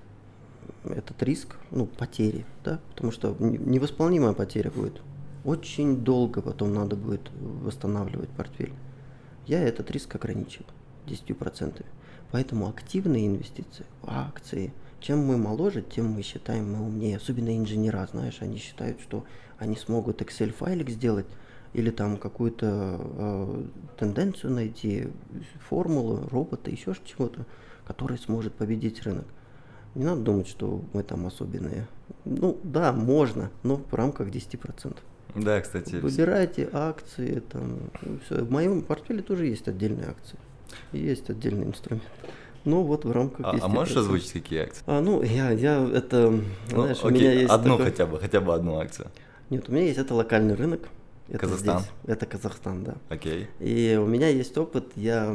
этот риск, потери, да, потому что невосполнимая потеря будет. Очень долго потом надо будет восстанавливать портфель. Я этот риск ограничил 10%. Поэтому активные инвестиции, акции, чем мы моложе, тем мы считаем, мы умнее. Особенно инженера, знаешь, они считают, что они смогут Excel-файлик сделать или там какую-то тенденцию найти, формулу, робота, еще чего-то, который сможет победить рынок. Не надо думать, что мы там особенные. Да, можно, но в рамках 10%. Да, кстати. Выбирайте акции, там, все. В моем портфеле тоже есть отдельные акции. И есть отдельный инструмент. Но вот в рамках 10%. А можешь озвучить, какие акции? Знаешь, окей, у меня есть одну такой... хотя бы одну акцию. Нет, у меня есть это локальный рынок. Это Казахстан? Здесь. Это Казахстан, да. Окей. И у меня есть опыт, я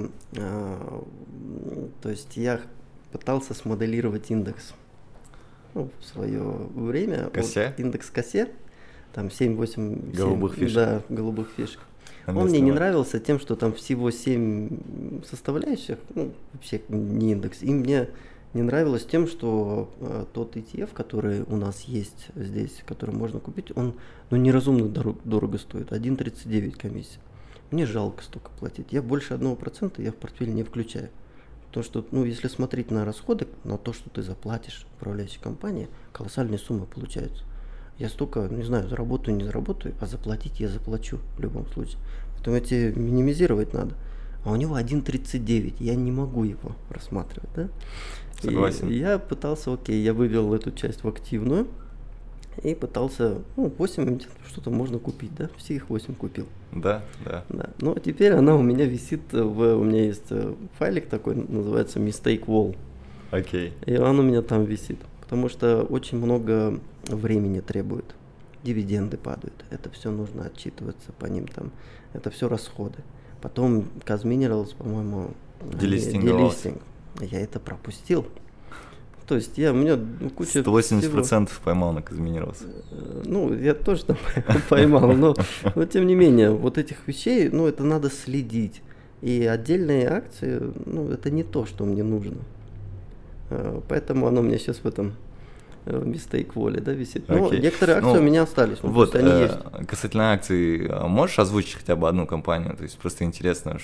пытался смоделировать индекс. В свое время. Косе? Вот, индекс Косе, там 7-8... Голубых фишек. Да, голубых фишек. Он мне не нравился тем, что там всего 7 составляющих, вообще не индекс. И мне не нравилось тем, что тот ETF, который у нас есть здесь, который можно купить, он неразумно дорого стоит, 1,39 комиссия. Мне жалко столько платить. Я больше 1% я в портфель не включаю. Потому что, если смотреть на расходы, на то, что ты заплатишь управляющей компании, колоссальные суммы получаются. Я столько, не знаю, заработаю, не заработаю, а заплатить я заплачу в любом случае. Потом эти минимизировать надо. А у него 1,39, я не могу его рассматривать, да? Согласен. И я пытался, я вывел эту часть в активную и пытался, 8 что-то можно купить, да? Все их 8 купил. Да. Но теперь она у меня висит, у меня есть файлик такой, называется Mistake Wall. Окей. И он у меня там висит, потому что очень много времени требует. Дивиденды падают, это все нужно отчитываться по ним там, это все расходы. Потом Казminerals, по-моему, делистинг. Я это пропустил. То есть у меня куча 180% всего. поймал на Казminerals. Я тоже там поймал, но тем не менее, вот этих вещей, это надо следить. И отдельные акции, это не то, что мне нужно. Поэтому оно у меня сейчас в этом Mistake Wall, да, висит. Но некоторые акции у меня остались. Вот, они есть. Касательно акций, можешь озвучить хотя бы одну компанию? То есть просто интересно,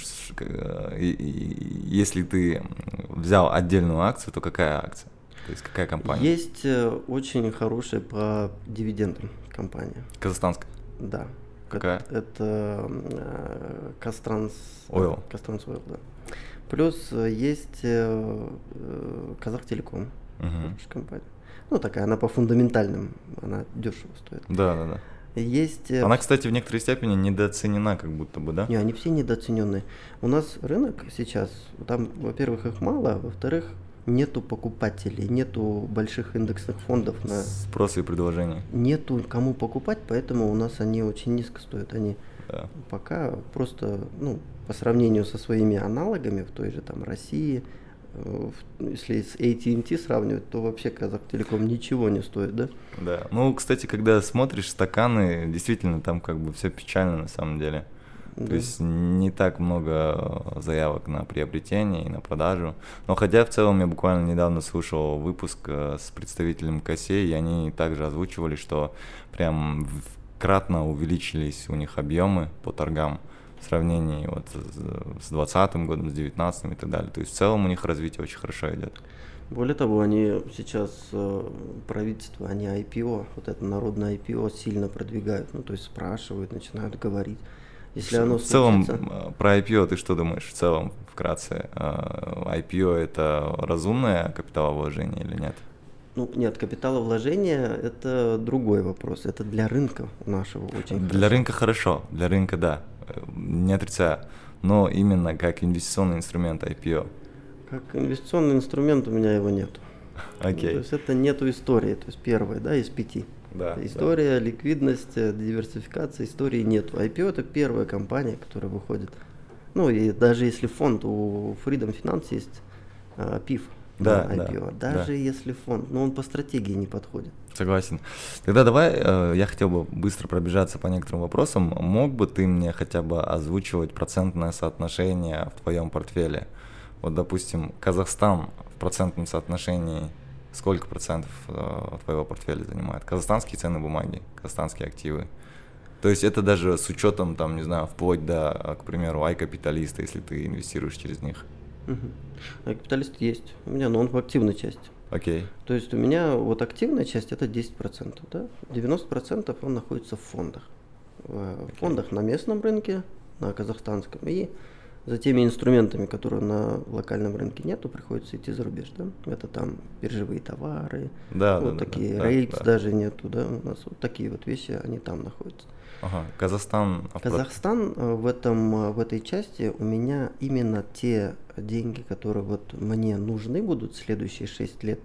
если ты взял отдельную акцию, то какая акция? То есть какая компания? Есть очень хорошая по дивидендам компания. Казахстанская? Да. Какая? Это Казтранс Oil, да. Плюс есть Казахтелеком, компания. Такая, она по фундаментальным, она дешево стоит. Да. Есть... Она, кстати, в некоторой степени недооценена, как будто бы, да? Не, они все недооцененные. У нас рынок сейчас, там, во-первых, их мало, во-вторых, нету покупателей, нету больших индексных фондов. Спроса и предложения. Нету кому покупать, поэтому у нас они очень низко стоят. Они пока просто, по сравнению со своими аналогами в той же там России, если с AT&T сравнивать, то вообще Казахтелеком ничего не стоит, да? Да. Кстати, когда смотришь стаканы, действительно там как бы все печально на самом деле. Да. То есть не так много заявок на приобретение и на продажу. Но хотя в целом я буквально недавно слушал выпуск с представителем КСЕ, и они также озвучивали, что прям кратно увеличились у них объемы по торгам в сравнении с 2020 годом, с 2019 и так далее. То есть в целом у них развитие очень хорошо идет. Более того, они сейчас, правительство, они IPO, вот это народное IPO сильно продвигают, то есть спрашивают, начинают говорить. Если оно в целом, про IPO ты что думаешь в целом, вкратце? IPO это разумное капиталовложение или нет? Нет, капиталовложение – это другой вопрос, это для рынка нашего очень Для рынка хорошо, для рынка да, не отрицаю, но именно как инвестиционный инструмент IPO. Как инвестиционный инструмент у меня его нету. Окей. То есть это нету истории, то есть первая, из 5. Да, история, ликвидность, диверсификация, истории нету. IPO – это первая компания, которая выходит. И даже если фонд, у Freedom Finance есть PIF. IPO, даже если фонд, но он по стратегии не подходит. Согласен. Тогда давай, я хотел бы быстро пробежаться по некоторым вопросам. Мог бы ты мне хотя бы озвучивать процентное соотношение в твоем портфеле? Вот, допустим, Казахстан в процентном соотношении сколько процентов твоего портфеля занимает? Казахстанские ценные бумаги, казахстанские активы. То есть это даже с учетом, там, не знаю, вплоть до, к примеру, iCapitalist, если ты инвестируешь через них. Капиталист есть у меня, но он в активной части. Окей. То есть у меня активная часть это 10%, да? 90% он находится в фондах. В фондах на местном рынке, на казахстанском, и за теми инструментами, которые на локальном рынке нету, приходится идти за рубеж, да? Это там биржевые товары, такие, рейтс даже нету, да? У нас вот такие вот вещи, они там находятся. Ага. Казахстан в этой части у меня именно те деньги, которые мне нужны будут следующие 6 лет,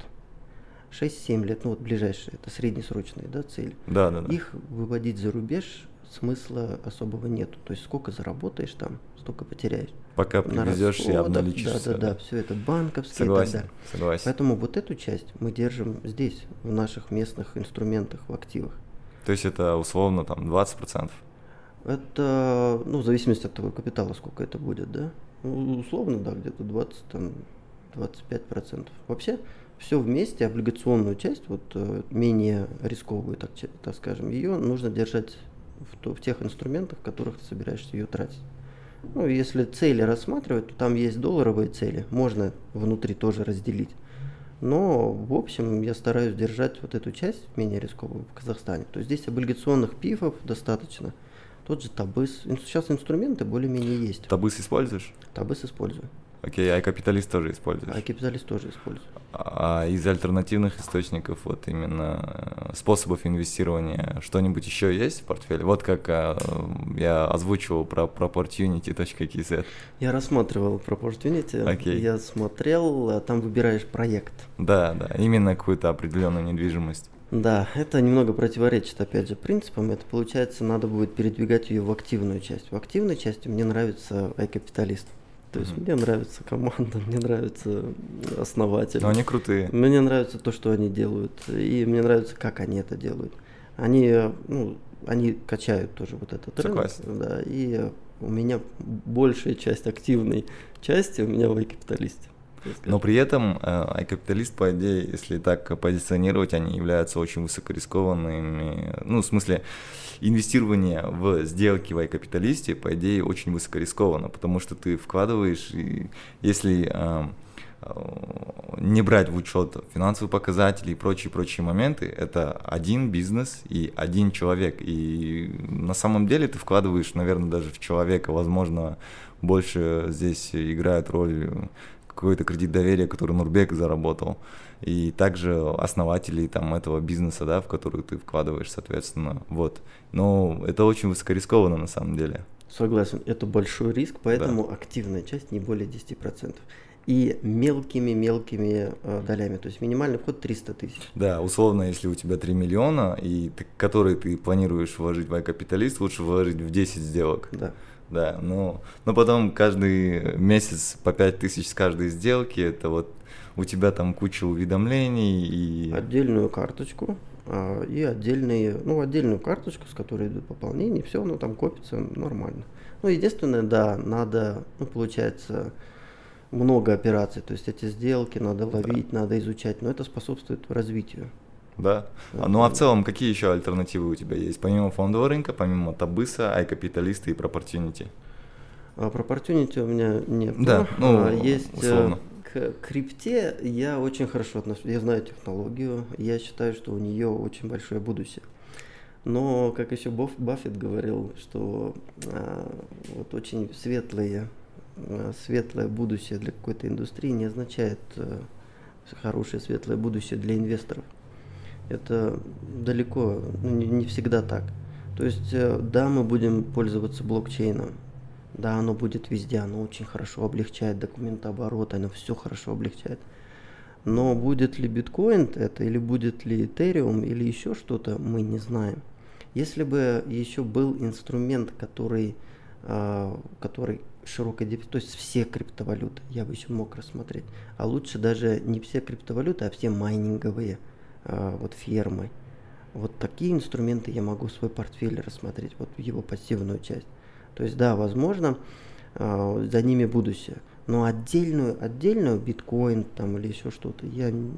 6-7 лет, ближайшие, это среднесрочные, цели. Да. Их выводить за рубеж смысла особого нету. То есть сколько заработаешь там, столько потеряешь. Пока привезешь и обналичишься. Да, все это банковские и так далее. Согласен. Поэтому эту часть мы держим здесь, в наших местных инструментах, в активах. То есть это условно там 20%? Это, в зависимости от того капитала, сколько это будет, да? Условно, да, где-то 20-25%. Вообще, все вместе, облигационную часть, менее рисковую, так скажем, ее нужно держать в тех инструментах, в которых ты собираешься ее тратить. Если цели рассматривать, то там есть долларовые цели, можно внутри тоже разделить. Но, в общем, я стараюсь держать вот эту часть менее рисковую в Казахстане. То есть здесь облигационных ПИФов достаточно. Тот же Табыс. Сейчас инструменты более-менее есть. Табыс используешь? Табыс использую. Окей, iCapitalist тоже используешь? iCapitalist тоже использую. А из альтернативных источников, вот именно способов инвестирования, что-нибудь еще есть в портфеле? Вот как я озвучивал про proportunity.kz. Я рассматривал Proportunity, Окей. Я смотрел, там выбираешь проект. Да, именно какую-то определенную недвижимость. Да, это немного противоречит, опять же, принципам. Это, получается, надо будет передвигать ее в активную часть. В активной части мне нравится iCapitalist. То есть мне нравится команда, мне нравится основатель. Но они крутые. Мне нравится то, что они делают, и мне нравится, как они это делают. Они качают тоже вот этот рынок. Согласен. Да, и у меня большая часть активной части у меня в iCapitalist. Но при этом iCapitalist, по идее, если так позиционировать, они являются очень высокорискованными. Ну, в смысле, инвестирование в сделки в iCapitalist, по идее, очень высокорискованно, потому что ты вкладываешь, и если не брать в учет финансовые показатели и прочие моменты, это один бизнес и один человек. И на самом деле ты вкладываешь, наверное, даже в человека, возможно, больше здесь играет роль какой-то кредит доверия, который Нурбек заработал, и также основателей там этого бизнеса, да, в который ты вкладываешь, соответственно, вот. Но это очень высокорискованно на самом деле. Согласен, это большой риск, поэтому активная часть не более 10%. И мелкими долями, то есть минимальный вход 300 тысяч. Да, условно, если у тебя 3 миллиона, которые ты планируешь вложить в iCapitalist, лучше вложить в 10 сделок. Да, но потом каждый месяц по 5 тысяч с каждой сделки, это вот у тебя там куча уведомлений и... Отдельную карточку и отдельную карточку, с которой идут пополнения, все, оно там копится нормально. Ну, единственное, да, надо, получается, много операций, то есть эти сделки надо ловить, надо изучать, но это способствует развитию. Да. Ну а в целом, какие еще альтернативы у тебя есть? Помимо фондового рынка, помимо Табыса, iCapitalist и Proportunity? Proportunity у меня нет. Да, есть условно. К крипте я очень хорошо отношусь. Я знаю технологию, я считаю, что у нее очень большое будущее. Но, как еще Баффет говорил, что вот очень светлое будущее для какой-то индустрии не означает хорошее светлое будущее для инвесторов. Это далеко, не всегда так. То есть, да, мы будем пользоваться блокчейном, да, оно будет везде, оно очень хорошо облегчает документооборот, оно все хорошо облегчает. Но будет ли биткоин это, или будет ли Ethereum, или еще что-то, мы не знаем. Если бы еще был инструмент, который широкой дефицит, то есть все криптовалюты, я бы еще мог рассмотреть. А лучше даже не все криптовалюты, а все майнинговые. Вот фермы. Вот такие инструменты я могу в свой портфель рассмотреть, вот в его пассивную часть. То есть, да, возможно, за ними будущее. Но отдельную биткоин там или еще что-то,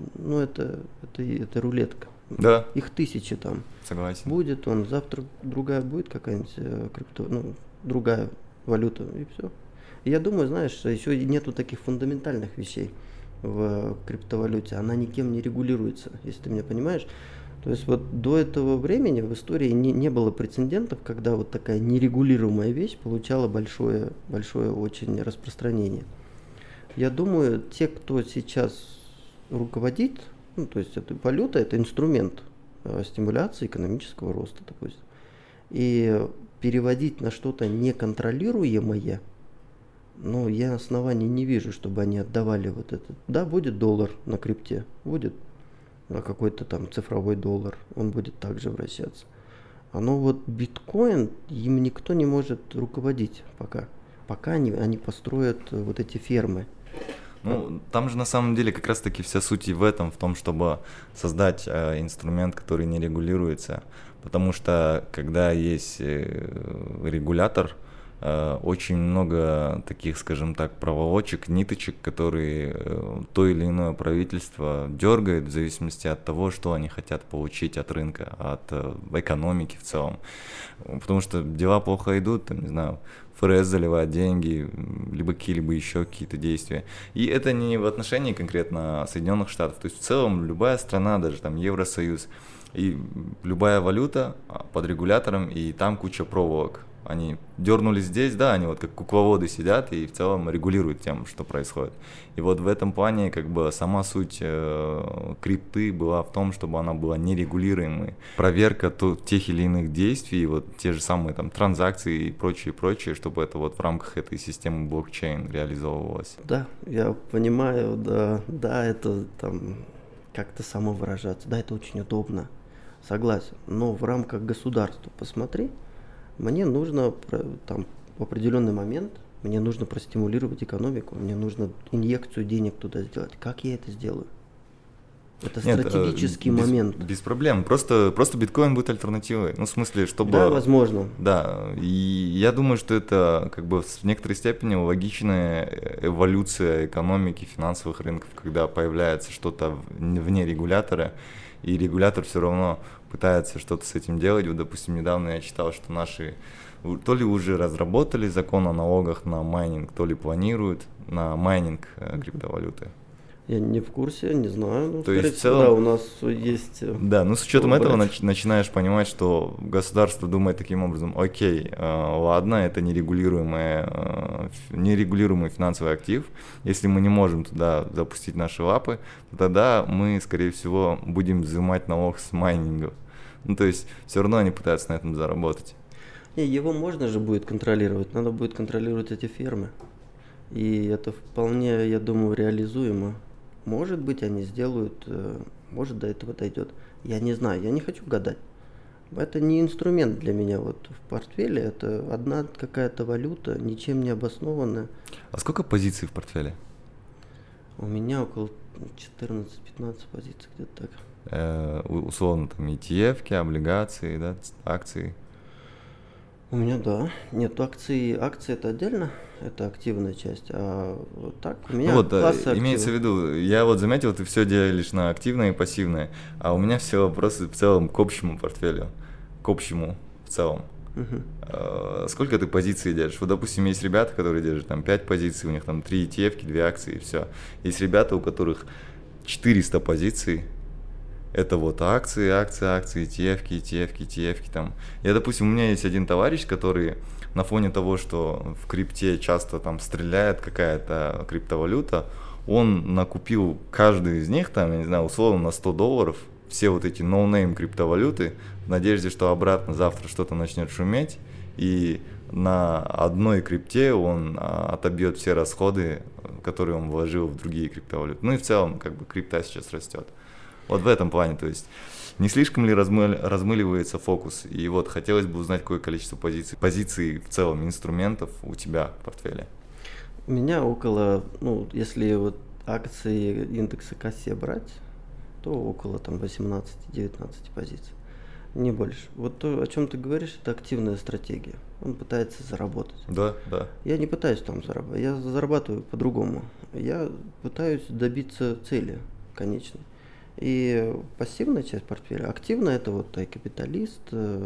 это рулетка. Да. Их тысячи там. Согласен. Будет он, завтра другая будет какая-нибудь другая валюта, и все. И я думаю, знаешь, что еще нету таких фундаментальных вещей в криптовалюте, она никем не регулируется, если ты меня понимаешь. То есть вот до этого времени в истории не было прецедентов, когда вот такая нерегулируемая вещь получала большое очень распространение. Я думаю, те, кто сейчас руководит, то есть это валюта, это инструмент стимуляции экономического роста, допустим. И переводить на что-то неконтролируемое, я оснований не вижу, чтобы они отдавали вот это. Да, будет доллар на крипте, будет какой-то там цифровой доллар, он будет также вращаться. Но вот биткоин, им никто не может руководить пока они построят вот эти фермы. Там же на самом деле как раз-таки вся суть и в этом, в том, чтобы создать инструмент, который не регулируется. Потому что когда есть регулятор, очень много таких, скажем так, проволочек, ниточек, которые то или иное правительство дергает в зависимости от того, что они хотят получить от рынка, от экономики в целом. Потому что дела плохо идут, там, не знаю, ФРС заливает деньги, либо какие-либо еще какие-то действия. И это не в отношении конкретно Соединенных Штатов. То есть в целом любая страна, даже там Евросоюз, и любая валюта под регулятором, и там куча проволок. Они дернулись здесь, да, они вот как кукловоды сидят и в целом регулируют тем, что происходит. И вот в этом плане как бы сама суть крипты была в том, чтобы она была нерегулируемой. Проверка тех или иных действий, вот те же самые там транзакции и прочее, чтобы это вот в рамках этой системы блокчейн реализовывалось. Да, я понимаю, да, это там как-то самовыражаться, да, это очень удобно, согласен. Но в рамках государства посмотри, мне нужно там в определенный момент, мне нужно простимулировать экономику, мне нужно инъекцию денег туда сделать. Как я это сделаю? Это стратегический момент. Без проблем. Просто биткоин будет альтернативой. Ну, в смысле, чтобы... Да, возможно. Да, и я думаю, что это как бы в некоторой степени логичная эволюция экономики, финансовых рынков, когда появляется что-то вне регулятора, и регулятор все равно пытается что-то с этим делать. Вот, допустим, недавно я читал, что наши то ли уже разработали закон о налогах на майнинг, то ли планируют на майнинг криптовалюты. Я не в курсе, не знаю. Ну, то есть в целом, да, у нас есть... Да, ну с учетом этого начинаешь понимать, что государство думает таким образом: окей, ладно, это нерегулируемый финансовый актив, если мы не можем туда запустить наши лапы, то тогда мы, скорее всего, будем взимать налог с майнинга. Ну то есть все равно они пытаются на этом заработать. Не, его можно же будет контролировать, надо будет контролировать эти фермы. И это вполне, я думаю, реализуемо. Может быть, они сделают, может, до этого дойдет. Я не знаю, я не хочу гадать. Это не инструмент для меня вот в портфеле, это одна какая-то валюта, ничем не обоснованная. А сколько позиций в портфеле? У меня около 14-15 позиций, где-то так. Условно, там ETF-ки, облигации, да, акции? У меня, да. Нет, акции это отдельно, это активная часть, а вот так у меня классы активов. Имеется в виду, я вот заметил, ты все делишь на активное и пассивное, а у меня все вопросы в целом к общему портфелю, к общему в целом. Сколько ты позиций держишь? Вот, допустим, есть ребята, которые держат там 5 позиций, у них там 3 ETF-ки, 2 акции и все. Есть ребята, у которых 400 позиций. Это вот акции, ETF-ки там. Я, допустим, у меня есть один товарищ, который на фоне того, что в крипте часто там стреляет какая-то криптовалюта, он накупил каждый из них, там, я не знаю, условно на $100, все вот эти ноунейм криптовалюты, в надежде, что обратно завтра что-то начнет шуметь, и на одной крипте он отобьет все расходы, которые он вложил в другие криптовалюты. Ну и в целом, как бы, крипта сейчас растет. Вот в этом плане, то есть не слишком ли размыливается фокус? И вот хотелось бы узнать, какое количество позиций в целом, инструментов у тебя в портфеле. У меня около, ну, если вот акции индекса КАСЕ брать, то около там 18-19 позиций, не больше. Вот то, о чем ты говоришь, это активная стратегия. Он пытается заработать. Да. Я не пытаюсь там зарабатывать, я зарабатываю по-другому. Я пытаюсь добиться цели конечной. И пассивная часть портфеля, активная это вот капиталист,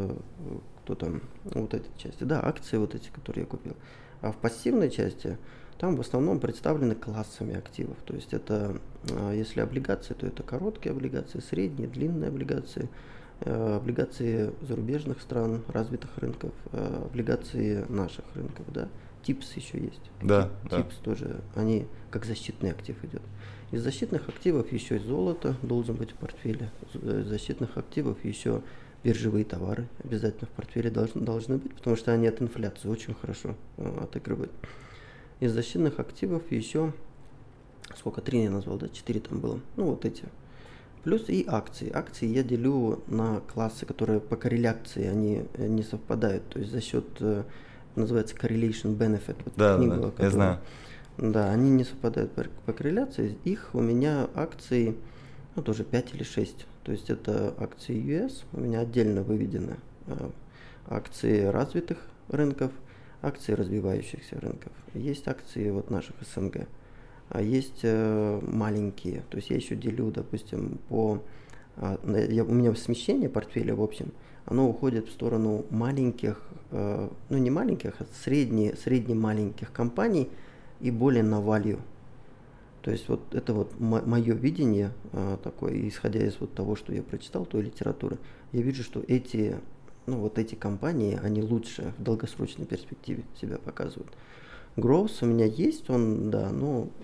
кто там, вот эти части, да, акции вот эти, которые я купил. А в пассивной части там в основном представлены классами активов. То есть это, если облигации, то это короткие облигации, средние, длинные облигации, облигации зарубежных стран, развитых рынков, облигации наших рынков, да. ТИПС еще есть. Да. ТИПС тоже, они как защитный актив идет. Из защитных активов еще и золото должен быть в портфеле. Из защитных активов еще биржевые товары обязательно в портфеле должны быть, потому что они от инфляции очень хорошо отыгрывают. Из защитных активов еще, сколько, 3 я назвал, да, 4 там было, ну вот эти. Плюс и акции. Акции я делю на классы, которые по корреляции они не совпадают, то есть за счет, называется correlation benefit. Вот да, книга, я знаю. Да, они не совпадают по корреляции. Их у меня акции, ну, тоже 5 или 6. То есть это акции US, у меня отдельно выведены акции развитых рынков, акции развивающихся рынков, есть акции вот наших СНГ, а есть маленькие. То есть я еще делю, допустим, у меня смещение портфеля, в общем, оно уходит в сторону маленьких, ну не маленьких, а средне-маленьких компаний и более на value. То есть вот это вот мое видение такое, исходя из вот того, что я прочитал, той литературы, я вижу, что эти компании, они лучше в долгосрочной перспективе себя показывают. Growth у меня есть, он, да,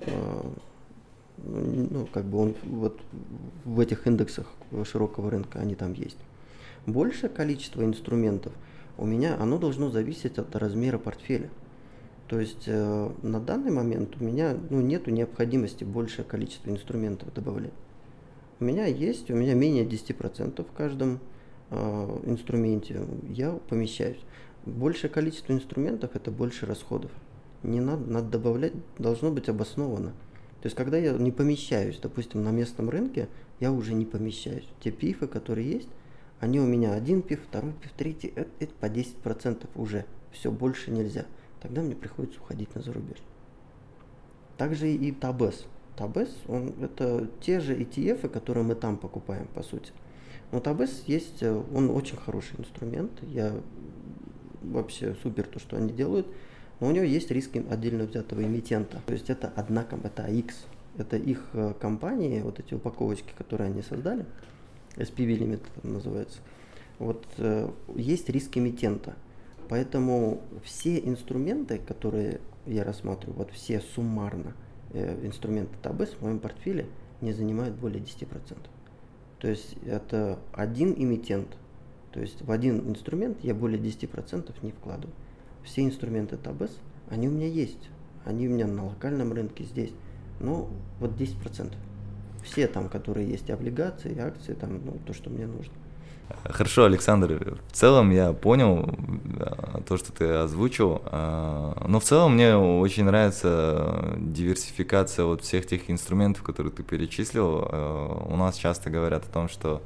как бы он вот в этих индексах широкого рынка, они там есть. Большее количество инструментов у меня, оно должно зависеть от размера портфеля. То есть на данный момент у меня нету необходимости большее количество инструментов добавлять. У меня менее 10% в каждом инструменте, я помещаюсь. Большее количество инструментов – это больше расходов. Не надо добавлять, должно быть обосновано. То есть когда я не помещаюсь, допустим, на местном рынке, я уже не помещаюсь. Те пифы, которые есть, они у меня один пиф, второй пиф, третий, это по 10% уже. Все, больше нельзя. Тогда мне приходится уходить на зарубеж. Также и Tabes. Tabes, это те же ETF, которые мы там покупаем, по сути. Но Tabes есть, он очень хороший инструмент. Я вообще супер то, что они делают. Но у него есть риски отдельно взятого эмитента. То есть это это AX. Это их компании, вот эти упаковочки, которые они создали. SPV Limit называется. Вот есть риск эмитента. Поэтому все инструменты, которые я рассматриваю, вот все суммарно инструменты Tabes в моем портфеле не занимают более 10%. То есть это один эмитент. То есть в один инструмент я более 10% не вкладываю. Все инструменты Tabes, они у меня есть. Они у меня на локальном рынке здесь. Но вот 10%. Все там, которые есть, облигации, акции, там, то, что мне нужно. Хорошо, Александр, в целом я понял то, что ты озвучил, но в целом мне очень нравится диверсификация вот всех тех инструментов, которые ты перечислил. У нас часто говорят о том, что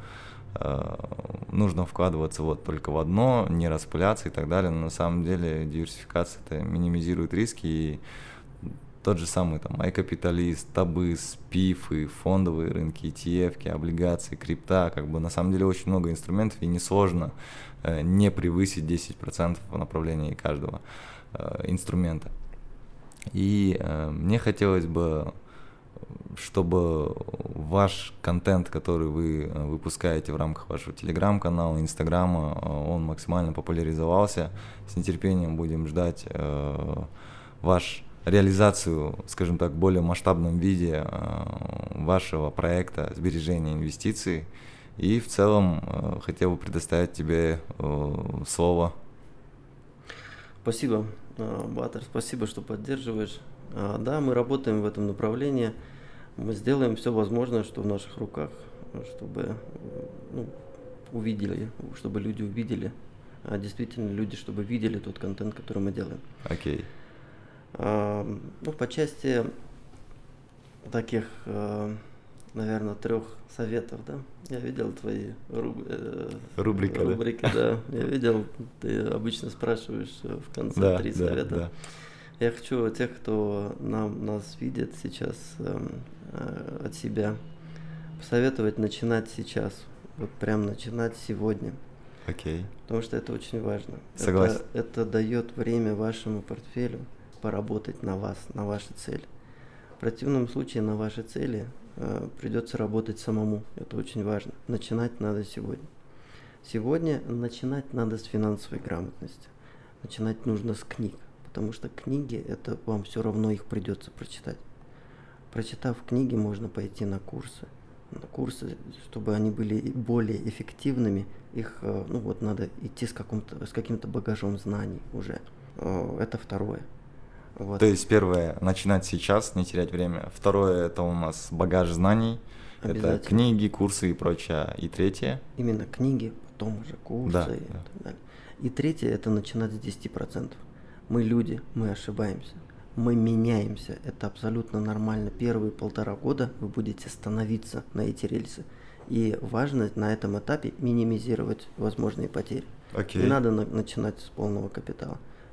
нужно вкладываться вот только в одно, не распыляться и так далее, но на самом деле диверсификация это минимизирует риски, и тот же самый там iCapitalist, Tabes, пифы, фондовые рынки, ETF, облигации, крипта, как бы на самом деле очень много инструментов, и несложно не превысить 10% в направлении каждого инструмента. И мне хотелось бы, чтобы ваш контент, который вы выпускаете в рамках вашего телеграм-канала, инстаграма, он максимально популяризовался. С нетерпением будем ждать ваш реализацию, скажем так, в более масштабном виде вашего проекта сбережения инвестиций. И в целом хотел бы предоставить тебе слово. Спасибо, Батыр, спасибо, что поддерживаешь. Да, мы работаем в этом направлении. Мы сделаем все возможное, что в наших руках, чтобы чтобы люди увидели, действительно люди, чтобы видели тот контент, который мы делаем. Окей. По части таких, наверное, 3 советов, да? Я видел твои рубрики, да? Я видел, ты обычно спрашиваешь в конце 3 совета. Да. Я хочу тех, кто нас видит сейчас, от себя посоветовать начинать сейчас, вот прям начинать сегодня. Окей. Потому что это очень важно. Согласен. Это дает время вашему портфелю поработать на вас, на ваши цели. В противном случае на ваши цели придется работать самому. Это очень важно. Начинать надо сегодня. Сегодня начинать надо с финансовой грамотности. Начинать нужно с книг, потому что книги, это вам все равно их придется прочитать. Прочитав книги, можно пойти на курсы. На курсы, чтобы они были более эффективными, их надо идти с каким-то багажом знаний уже. Это второе. Вот. То есть первое, начинать сейчас, не терять время. Второе, это у нас багаж знаний. Это книги, курсы и прочее. И третье? Именно книги, потом уже курсы и так далее. И третье, это начинать с 10%. Мы люди, мы ошибаемся. Мы меняемся. Это абсолютно нормально. Первые 1,5 года вы будете становиться на эти рельсы. И важно на этом этапе минимизировать возможные потери. Okay. Не надо начинать с полного капитала.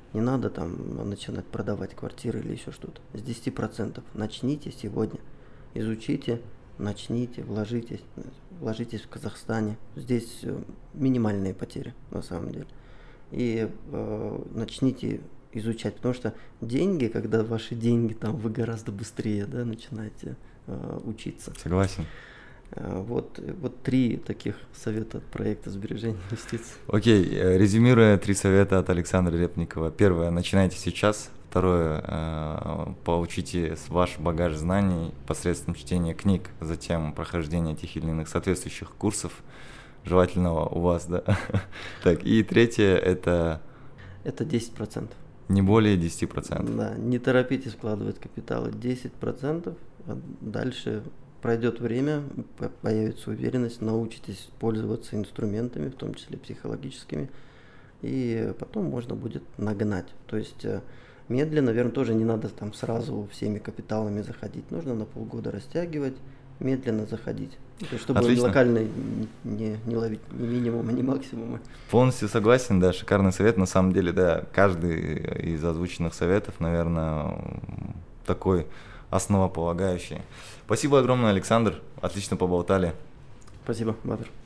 Не надо там начинать продавать квартиры или еще что-то. С 10%. Начните сегодня. Изучите, начните, вложитесь в Казахстане. Здесь минимальные потери на самом деле. И начните изучать, потому что деньги, когда ваши деньги, там вы гораздо быстрее, да, начинаете учиться. Согласен. Вот 3 таких совета от проекта сбережения инвестиций. Окей, резюмируя 3 совета от Александра Репникова. Первое, начинайте сейчас. Второе, получите ваш багаж знаний посредством чтения книг, затем прохождения тех или иных соответствующих курсов, желательно у вас, да. Так, и третье, это 10%. Не более 10%. Да, не торопитесь вкладывать капиталы. 10%, а дальше пройдет время, появится уверенность, научитесь пользоваться инструментами, в том числе психологическими, и потом можно будет нагнать. То есть медленно, наверное, тоже не надо там сразу всеми капиталами заходить. Нужно на полгода растягивать, медленно заходить. То есть, чтобы локально не ловить ни минимума, ни максимума. Полностью согласен, да, шикарный совет. На самом деле, да, каждый из озвученных советов, наверное, такой основополагающий. Спасибо огромное, Александр. Отлично поболтали. Спасибо, Бадр.